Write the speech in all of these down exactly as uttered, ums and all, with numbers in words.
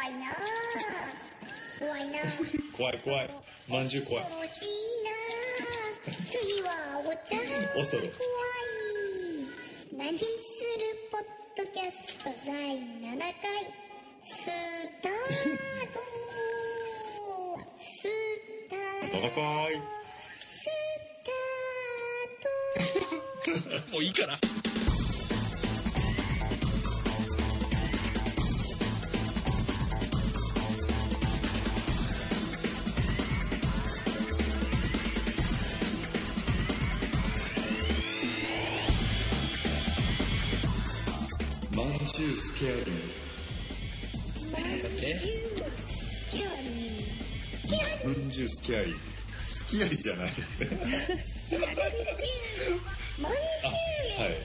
いな怖いな怖い怖いまんじゅう怖い恐ろしいな次はお茶おそろ怖い何するポッドキャストだいななかいスタートスタートななかいスタートもういいからまんじゅうスケアリーだってキャリーまんじゅうスケアリースキアリじゃないまんじゅうあはい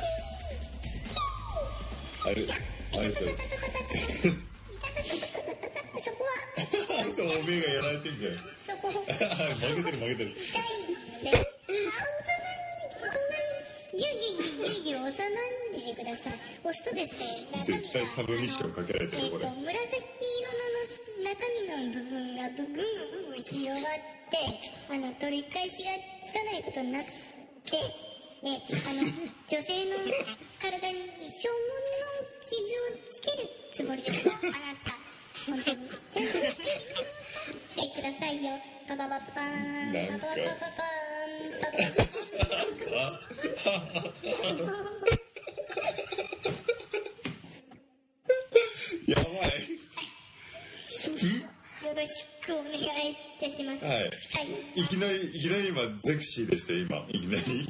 あれあれそうそこはそうおめえがやられてんじゃんそこ負けてる負けてる痛いね。あ、ギュギュギュギュギュ押さないでください。押すとですね、 絶対サブミッションかけられてるこれえっと、紫色の中身の部分がブグングググ広がって、あの、取り返しがつかないことになって、ね、あの、女性の体に一生もの傷をつけるつもりですかあなた。本当に。してくださいよ。パパパパーン。 なんかパパパパパーン。パパパパパやばい好きよろしくお願いいたします。 はいはい。 いきなりいきなり今ゼクシーでしたよ今いきなり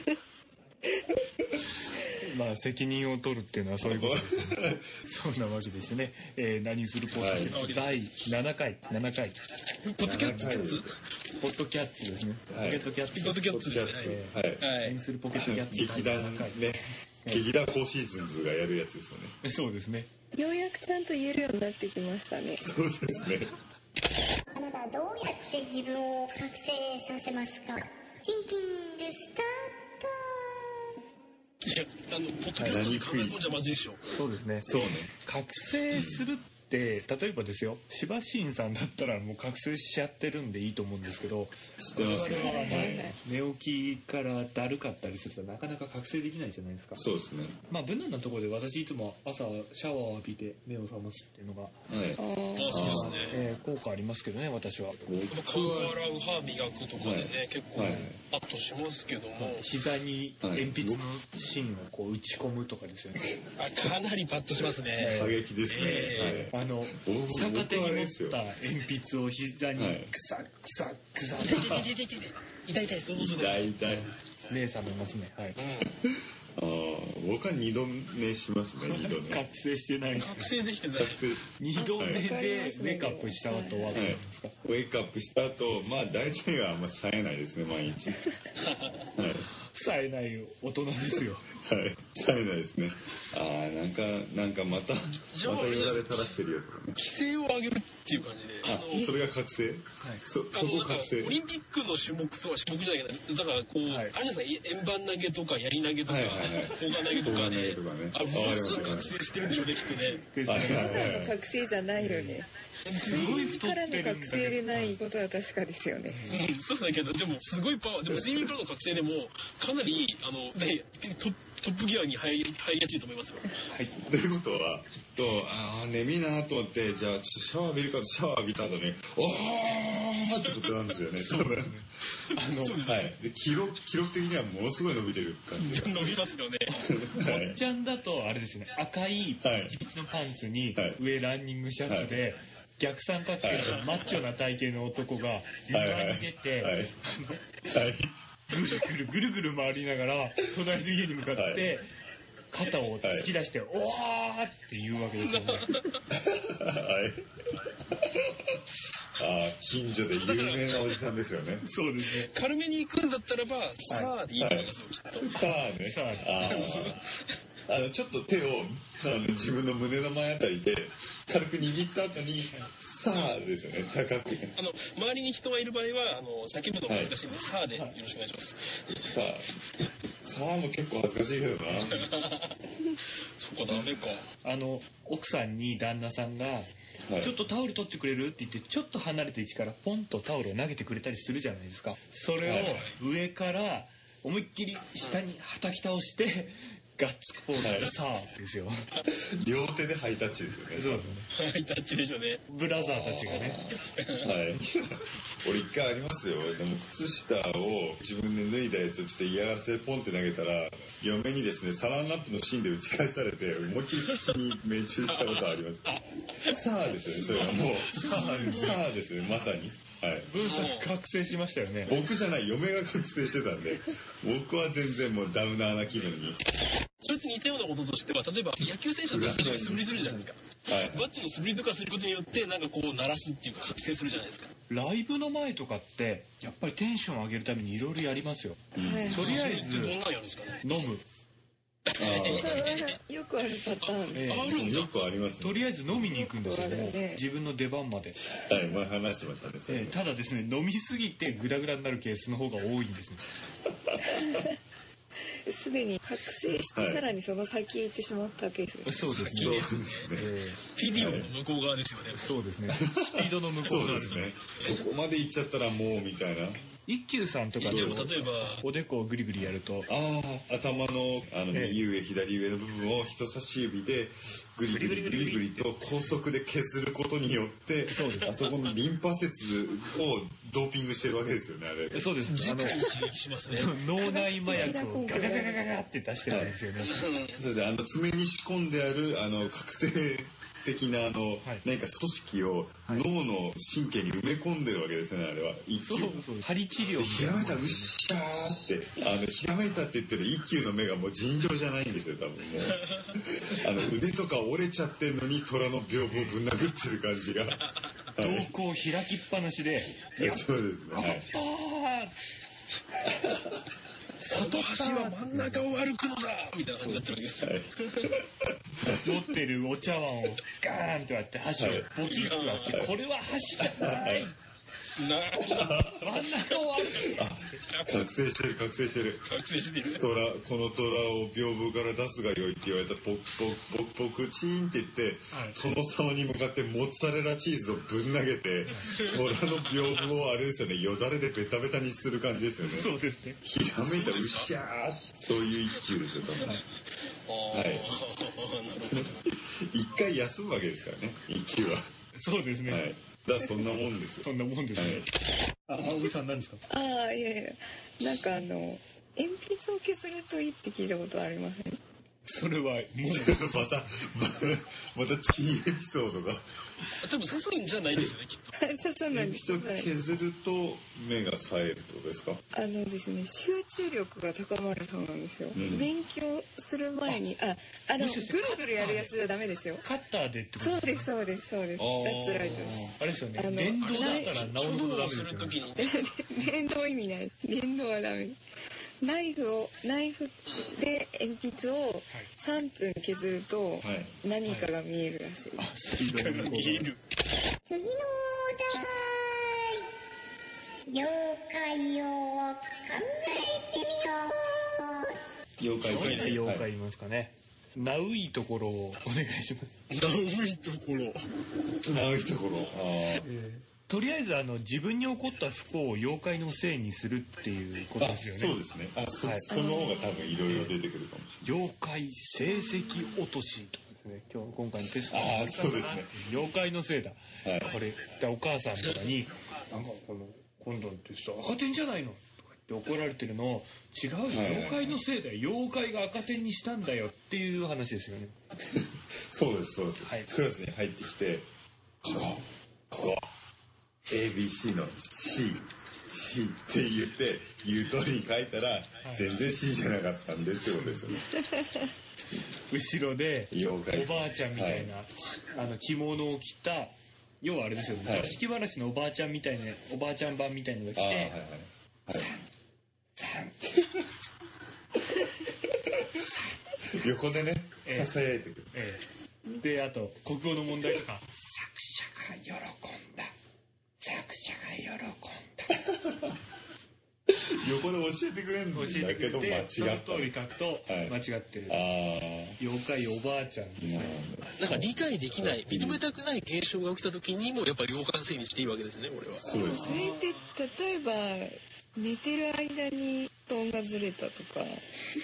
まあ責任を取るっていうのはそういうことですねそんなわけでしてね、えー、何するポッドキャストだいななかいななかいポッドキャッツポッドキャッツですね、 はいポケットキャッツポッドキャッツですねはいはい何するポケットキャッツ劇団だいななかいね劇団フォーシーズンズがやるやつですよねそうですねようやくちゃんと言えるようになってきましたね。 そうですねあなたはどうやって自分を覚醒させますか？シンキングスタート。 いやあのポッドキャストで考え込んじゃまずいでしょそうですねそうね覚醒するって例えばですよ柴新さんだったらもう覚醒しちゃってるんでいいと思うんですけど知ってますよ我々はねはい寝起きからだるかったりするとなかなか覚醒できないじゃないですかそうですねまあ無難なところで私いつも朝シャワーを浴びて目を覚ますっていうのが、 はいああそうですねえー効果ありますけどね私はその顔を洗う歯磨くとかでね、 はい結構はいパッとしますけども、 膝に鉛筆の芯をこう打ち込むとかですよね、 あかなりパッとしますね過激ですね、 えあの僕逆手に持僕はあれですよった鉛筆を膝にはいクサクサクサ痛い痛い痛い痛い痛い痛い痛い想像するね大体目覚めますねはいああ僕は二度寝しますね二度寝覚醒してない覚醒できてない覚醒二度目でメイクアップした後はどうなんですか、 ウェイクアップした後まあ大体があんま冴えないですね毎日はい冴えない大人ですよはい冴えないですねああなんかなんかまたまじゃあたよだれ垂らしてるよとかね規制を上げるっていう感じでああのそれが覚醒、そあそのなんかこ覚醒オリンピックの種目とは種目じゃないけどだからこう、 はいあれじゃないですか円盤投げとか槍投げとかはいはいはい砲丸投げとか砲丸投げねとかねあものすごい覚醒してるんでしょうねきっとねですはいねはいはい覚醒じゃないよね。 すごい太からのってるんだ覚醒でけどないことは確かですよね。 うんそうだけどでもすごいパワーでも睡眠からの覚醒でもかなりあのねトトップギアに入り入りやすいと思いますよはいということはとああ眠いなと思ってじゃあちょっとシャワー浴びるからシャワー浴びた後におーってことなんですよね多分あのそうですはいで記録記録的にはものすごい伸びてる感じが伸びますよねはいちゃんだとあれですね赤いピはいチピチのパンツにはい上ランニングシャツで逆三角形のマッチョな体型の男が床に出てはいはいはいぐるぐるぐるぐる回りながら隣の家に向かっはて肩を突き出して「おー!」って言うわけですよね。 はいああ近所で有名なおじさんですよねそうですね。 軽めに行くんだったらばさあでいいと思いますよきっとさあねさあああのちょっと手をあの自分の胸の前あたりで軽く握った後にさあですよね高くねあの周りに人がいる場合はあの叫ぶのが難しいんで、さあでよろしくお願いします。 さあさあも結構恥ずかしいけどなそこダメか。 あの奥さんに旦那さんが、はい、ちょっとタオル取ってくれるって言ってちょっと離れた位置からポンとタオルを投げてくれたりするじゃないですか。それを上から思いっきり下に叩き倒してガッツポーズでさあですよ。 両手でハイタッチですよね。 そうですね。 ハイタッチでしょうね。 ブラザーたちがね。 はい。俺一回ありますよ。でも靴下を自分で脱いだやつをちょっと嫌がらせでポンって投げたら、嫁にですねサランラップの芯で打ち返されて思いっきり口に命中したことあります。さあですよね。それはもうさあさあですよね。まさに。はい、 ブーさん覚醒しましたよね。 僕じゃない嫁が覚醒してたんで僕は全然もうダウナーな気分に。 それと似たようなこととしては、例えば野球選手だったら素振りするじゃないですか、はい、バットの素振りとかすることによってなんかこう鳴らすっていうか覚醒するじゃないですか。 ライブの前とかってやっぱりテンション上げるためにいろいろやりますよ、うん、とりあえずどんなんやるんですかね。 飲むよくあるパターン、 えー、よくあります、ね、 とりあえず飲みに行くんですよ、ね、自分の出番まで。 はい前話しましたね、 えー、ただですね飲みすぎてグダグダになるケースの方が多いんですね。 すでに覚醒して、はい、さらにその先へ行ってしまったケースです。 そうですね。 先ですね。えー、ピーディーオの向こう側ですよね。 そうですね。スピードの向こう側ですね。 そこまで行っちゃったらもうみたいな。 一休さんとかでも例えばおでこをグリグリやると、 ああ頭のあの右上、ええ、左上の部分を人差し指でグリグリグリグリと高速で削ることによって、そうです、あそこのリンパ節をドーピングしてるわけですよね、あれ。 そうです。 あの刺激しますね。 脳内麻薬をガガガガガガって出してるんですよね。はい、 そうです。あの爪に仕込んであるあの覚醒的なあの、はい、何か組織を脳の神経に埋め込んでるわけですよね、あれは。一休。そうそう。 針治療。 ひらめいたうっしゃーって、あのひらめいたって言ってる一休の目がもう尋常じゃないんですよ、多分もう。あの腕とか折れちゃってんのに虎の屏風をぶん殴ってる感じが。 瞳孔開きっぱなしで。 そうですね。はい。 この橋は真ん中を歩くのだみたいな感じになってるわけです、はい、 持ってるお茶碗をガーンと割って箸をボキッと割って、はい、これは箸じゃない、はいな真ん中を歩く。 覚醒してる覚醒してる覚醒してる。 虎この虎を屏風から出すがよいって言われたらポクポクポクポクチーンって言って、はい、殿様に向かってモッツァレラチーズをぶん投げて虎の屏風をあれですよねよだれでベタベタにする感じですよね。 そうですね。 ひらめいたうっしゃーそういう一球ですよ多分。はい。一回休むわけですからね一球は。 そうですね。はい。 だそんなもんですよ。 そんなもんですね。はい、あ、青木さん何ですか。 ああいやいやなんかあの鉛筆を削るといいって聞いたことありません。 それはもうまたまたチーエピソードが多分刺すんじゃないですよねきっと。 刺さないです。 鉛筆を削ると目が冴えるってことですか。 あのですね集中力が高まるそうなんですよ、うん、勉強する前にああのぐるぐるやるやつじゃダメですよ。 カッターでってこと。 そうですそうですそうです。ダッツライトです。 あれですよね。電動だったらなおのことダメですよね。 電動意味ない。電動はダメ。ナイフをナイフで鉛筆をさんぷん削ると何かが見えるらしい。 はい、何かが見える。 次のお題妖怪を考えてみよう。 妖怪妖怪言いますかね。ナウいところをお願いします。 ナウいところ。 ナウいところ。ああ。 えーとりあえずあの自分に起こった不幸を妖怪のせいにするっていうことですよね。 そうですね。あ、そ、はい、その方が多分いろいろ出てくるかもしれない。 妖怪成績落としとかですね。今日今回のテスト。 ああ、そうですね。 妖怪のせいだ。はい、これお母さんとかになんかこの今度のテスト赤点じゃないのとか言って怒られてるのを違うよ、はい、妖怪のせいだよ。妖怪が赤点にしたんだよっていう話ですよね。 そうですそうです。はい、クラスに入ってきてここここ。エービーシー の C, C って言って言う通りに書いたら、はい、全然 C じゃなかったんでってことですよね。 後ろでおばあちゃんみたいな、はい、あの着物を着た要はあれですよね。座敷わらしのおばあちゃんみたいなおばあちゃん版みたいなのが来て、はいはいはい、 横でねささやいてくる、 ええ、であと国語の問題とか作者が喜んだ作者が喜んだ横で教えてくれるんだけど間違った。 その通り書くと間違ってる。 はい、 妖怪おばあちゃんですね。 なんか理解できない、認めたくない現象が起きた時にもやっぱり妖怪のせいにしていいわけですね、これは。 そうです。 それって例えば寝てる間に布団がずれたとか。はい。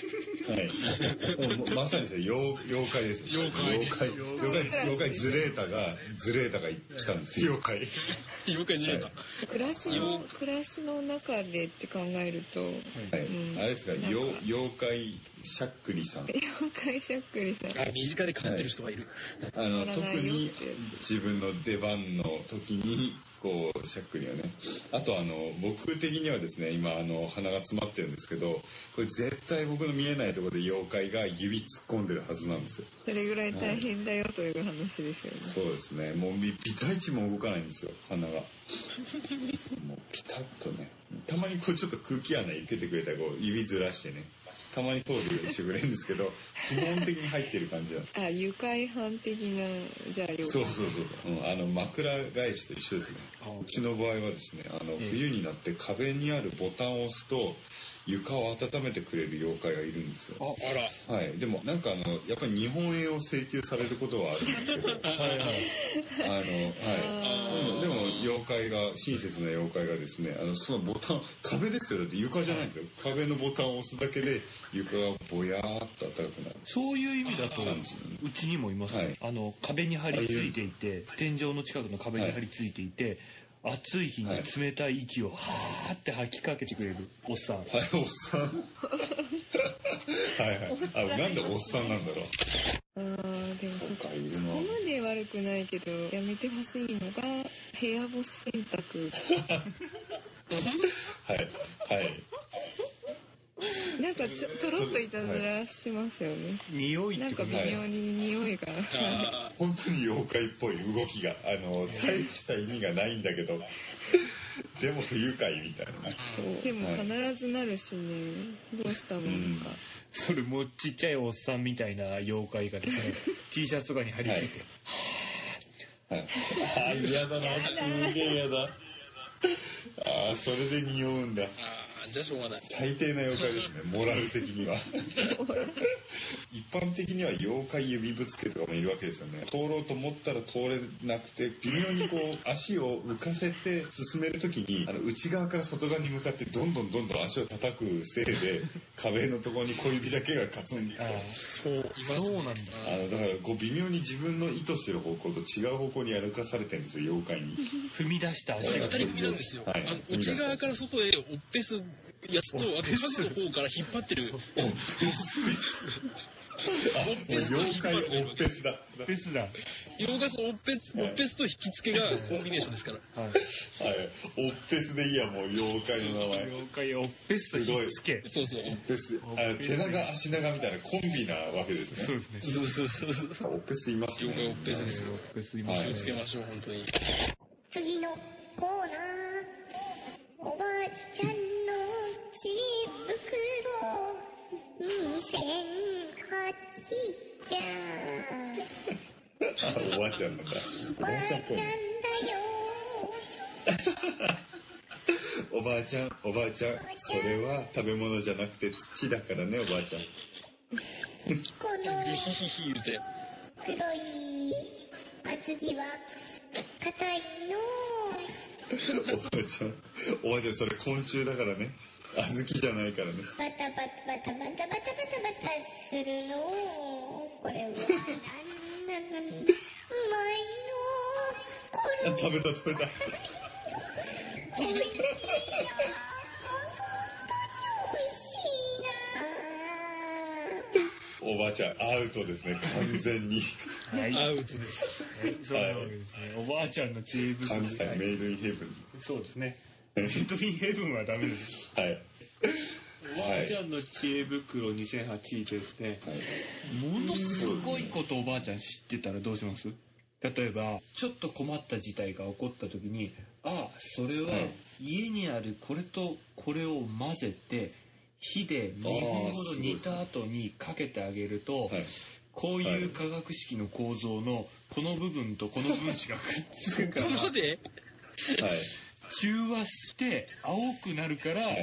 まさにですよ、妖妖怪です。 妖怪です。 妖怪妖怪ズレータがズレータが来たんですよ。妖怪。 妖怪ズレータ。はい、 暮らしの暮らしの中でって考えると。はい。 うん、あれですか、妖妖怪しゃっくりさん。 妖怪しゃっくりさん。 あ、身近で飼ってる人がいる。 はい、あの特に自分の出番の時に。こうしゃっくりはね。あとあの僕的にはですね、今あの鼻が詰まってるんですけど、これ絶対僕の見えないところで妖怪が指突っ込んでるはずなんですよ。 それぐらい大変だよという話ですよね。 そうですね。もうビタイチも動かないんですよ、鼻が。もうピタッとね。たまにこうちょっと空気穴入れてくれたらこう指ずらしてね。たまに通るようにしてくれるんですけど、基本的に入ってる感じだ。 あ、愉快犯的なじゃあ妖怪。 そうそうそうそう、うん、あの枕返しと一緒ですね。うちの場合はですね、あの冬になって壁にあるボタンを押すと床を温めてくれる妖怪がいるんですよ。 あ, あら、はい、でもなんかあのやっぱり日本円を請求されることはあるんですけど、はいはい、あのはい、でも妖怪が親切な妖怪がですね、あのそのボタン壁ですよ、だって床じゃないんですよ。壁のボタンを押すだけで床がぼやーっと暖かくなる。 そういう意味だとうちにもいますね、はい、あの壁に張り付いていて、天井の近くの壁に張り付いていて、はい、暑い日に冷たい息をはーって吐きかけてくれるおっさん。はい、 おっさん。はいはい。あ、なんでおっさんなんだろう。 あー、でもそこまで悪くないけどやめてほしいのが部屋干し洗濯。 はいはい。 なんかちょちょろっといたずらしますよね。 匂いってなんか微妙に匂いが。 本当に妖怪っぽい動きが、あの大した意味がないんだけど、でも不愉快みたいな。 でも必ずなるしね、どうしたもんか。 それもちっちゃいおっさんみたいな妖怪がですね、T シャツとかに貼り付いて。 はい。あ、嫌だな、すげえ嫌だ。ああ、それで匂うんだ。 じゃあしょうがない。 最低な妖怪ですね、モラル的には。一般的には妖怪指ぶつけとかもいるわけですよね。通ろうと思ったら通れなくて、微妙にこう足を浮かせて進めるときに、あの内側から外側に向かってどんどんどんどん足を叩くせいで壁のところに小指だけがカツンと。 そういます、ね、 そうなんだ。 あのだからこう微妙に自分の意図してる方向と違う方向に歩かされてるんですよ、妖怪に。 踏み出した足が。 二人組なんですよ。はい、あの内側から外へおっぺすやつと、あと家具の方から引っ張ってる。おっぺす。 妖怪おっぺすだ。 おっぺすだ。 妖怪おっぺす、おっぺすと引き付けがコンビネーションですから。 はい。はい。おっぺすでいいや、もう妖怪の名前。 妖怪おっぺすと引き付け。 そうそう。 おっぺす。あの手長足長みたいなコンビなわけですね。 そうですね。 そうそうそうそう。 おっぺすいますね。 妖怪おっぺすですよ。 おっぺすいます。 気をつけましょう、本当に。 次のコーナー、おばあちゃんの知恵袋にせんはちじゃあ、おばあちゃんなんだ。おばあちゃんっぽい。おばあちゃん、おばあちゃん、それは食べ物じゃなくて土だからね、おばあちゃん。 このヒヒヒ言うて。 黒い小豆は硬いの。 おばあちゃん、おばあちゃん、それ昆虫だからね。小豆じゃないからね。 バタバタバタバタバタバタバタするの。これはなんなんうまいの。これ食べた食べた。 おいしいな。本当においしいな。 おばあちゃんアウトですね、完全に。 はい、アウトです。 はい、そうなんですね。おばあちゃんの知恵袋。 関西メイドインヘブン。 そうですね。メイドインヘブンはダメです。 はい。 おばあちゃんの知恵袋にせんはちですね、はい、ものすごいことおばあちゃん知ってたらどうします？例えばちょっと困った事態が起こった時に、ああそれは家にあるこれとこれを混ぜて火でにふんほど煮た後にかけてあげると、はい、こういう化学式の構造のこの部分とこの分子がくっつくから、 そこまで、 はい、 中和して青くなるから、はい、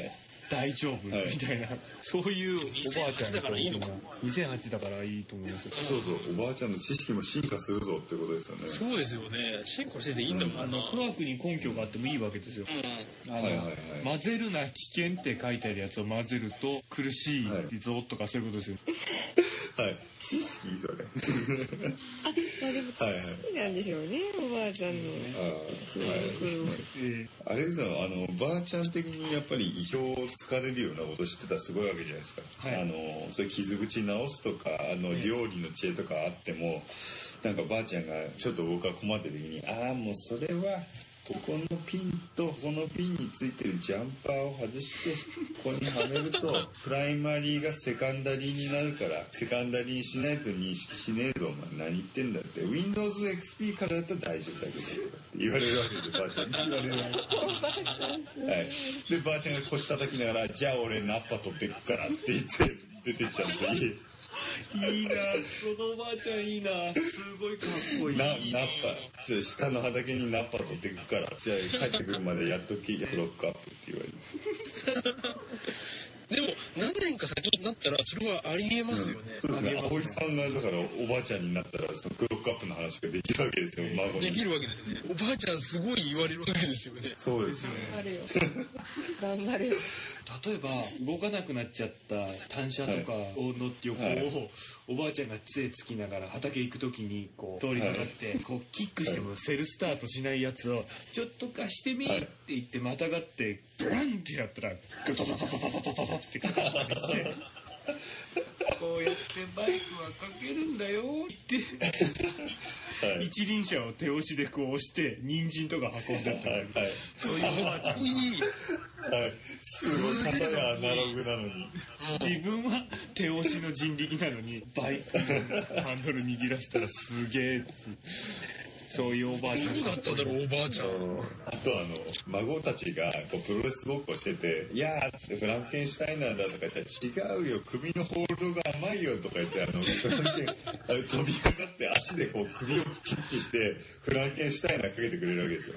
大丈夫、はい、みたいなそういうおばあちゃんだからいいのかにせんはちだからいいと思います。 そうそう、おばあちゃんの知識も進化するぞってことですよね。 そうですよね、進化してていいんだもんな、 うん、あの科学に根拠があってもいいわけですよ、うん、あの、はいはいはい、混ぜるな危険って書いてあるやつを混ぜると苦しいぞとかそういうことですよ。 はい、知識それあ、 まあでも知識なんでしょうね、はいはい、おばあちゃんの一番あれですよ、あのばあちゃん的にやっぱり意表をつかれるようなこと知ってたらすごいわけじゃないですか、はい、あのそういう傷口直すとかあの料理の知恵とかあっても、なんかばあちゃんがちょっと僕が困ってる時に、ああもうそれはここのピンとここのピンについてるジャンパーを外してここにはめるとプライマリーがセカンダリーになるからセカンダリーにしないと認識しねえぞ、お前何言ってんだって ウィンドウズエックスピー からだったら大丈夫だけどとか言われるわけでばあちゃんに言われるわけで、はい、でばあちゃんが腰叩きながらじゃあ俺ナッパ取ってくからって言って出てっちゃうんですよ。 いいな、そのおばあちゃんいいな、すごいかっこいい。 なナッパ、ちょっと下の畑にナッパ取ってくから、じゃあ帰ってくるまでやっときブロックアップって言われるんですでも何年か先になったらそれはありえますよね。 うん、そうですね。葵さんがだからおばあちゃんになったらそのクロックアップの話ができるわけですよ。孫にできるわけですね。おばあちゃんすごい言われるわけですよね。 そうですね。 頑張れよ。頑張れよ。 例えば動かなくなっちゃった単車とかの横を、はい、おばあちゃんが杖つきながら畑行く時にこう通りかかって、はい、こうキックしてもセルスタートしないやつをちょっと貸してみって言ってまたがってブランってやったらグトトトトトトトトってかかったりしてこうやってバイクはかけるんだよってはい、一輪車を手押しでこう押して人参とか運んじゃったり、はいはい、そういうおばあちゃんいい、 はい、すごい方がアナログなのに自分は手押しの人力なのにバイクのハンドル握らせたらすげえそういうおばあちゃん何があったんだろうおばあちゃん。 あとあの孫たちがこうプロレスごっこしてて「いやーフランケンシュタイナーだ」とか言ったら「違うよ首のホールドが甘いよ」とか言ってあの飛びかかって足でこう首をキッチしてフランケンシュタイナーかけてくれるわけですよ。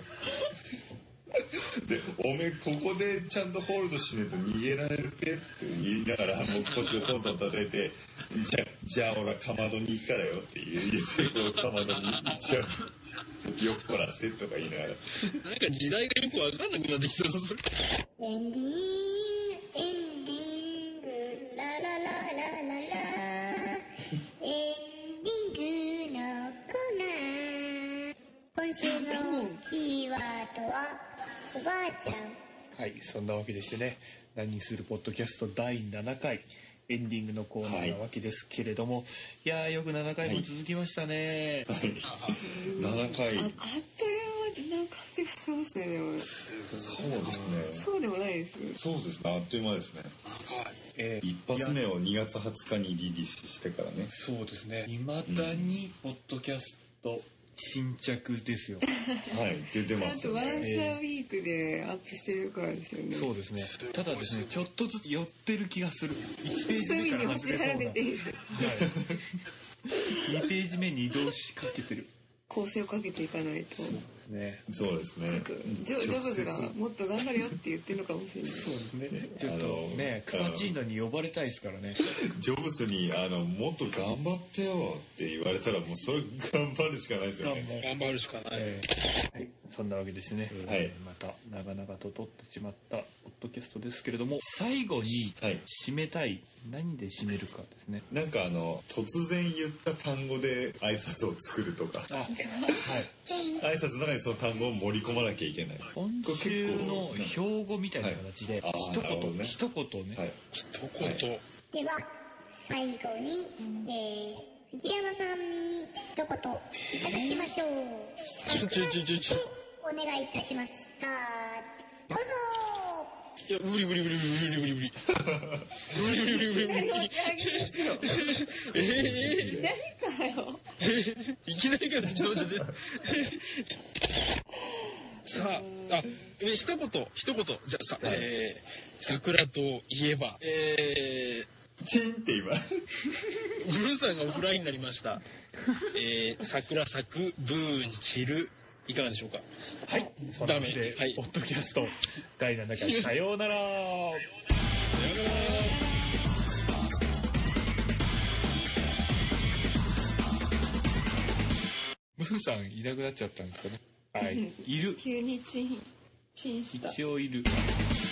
でおめえここでちゃんとホールドしねえと逃げられるぺって言いながらもう腰をトントン叩いてじゃじゃあ俺はかまどに行くからよって言ってこうかまどに行っちゃうよっこらせとか言いながらなんか時代がよく分かんなくなってきたぞそれ。 エンディングエンディングララララララエンディングのコーナー今週のキーワードはおばあちゃん。 はい、そんなわけでしてね、何にするポッドキャストだいななかいエンディングのコーナーなわけですけれども、はい、いやーよくななかいも続きましたね。 はい、ななかい あ, あっという間な感じがしますね。でもそうですね。 そうでもないです。 そうですね。あっという間ですね。えー、一発目をにがつはつかにリリースしてからね。 そうですね。未だにポッドキャスト新着ですよ。 はい、出てます、ね。 ちゃんとワンサーウィークでアップしてるからですよね。 そうですね。ただですね、ちょっとずつ寄ってる気がする。いちページ目から外れそうな。はい。にページ目に移動しかけてる。 構成をかけていかないと。 そうですね。 そうですね。 ちょっとジョジョブズがもっと頑張れよって言ってるのかもしれない。 そうですね。ちょっとね、クパチーノに呼ばれたいですからね。 ジョブズにあのもっと頑張ってよって言われたらもうそれ頑張るしかないですよね。 頑張るしかない。 えー、はい、そんなわけですね。 はい。 また長々と撮ってしまったポッドキャストですけれども、最後に締めたい。何で締めるかですね。 なんかあの突然言った単語で挨拶を作るとか。あ、はい。挨拶の中にその単語を盛り込まなきゃいけない。 今週の標語みたいな形で、はい、一言、ね、一言ね。 はい、 一言。はい、 では最後に、えー、藤山さんに一言いただきましょう。 ちょちょちょちょちょ。 お願いいたします。さあどうぞ。 いや無理無理無理無理無理無理無理無理無理無理無理無理ええ何かよいきなりからちょちょさああえ一言一言じゃあさ、はい、えー、桜といえばえー、チンって今ブルーさんがオフラインになりました、えー、桜咲くブーン散るいかがでしょうか。 はい、ダメで、はい、ポッドキャストだいななかいさようなら。 ムーさんいなくなっちゃったんですかね。はい、いる。 急にチンチンした。 一応いる。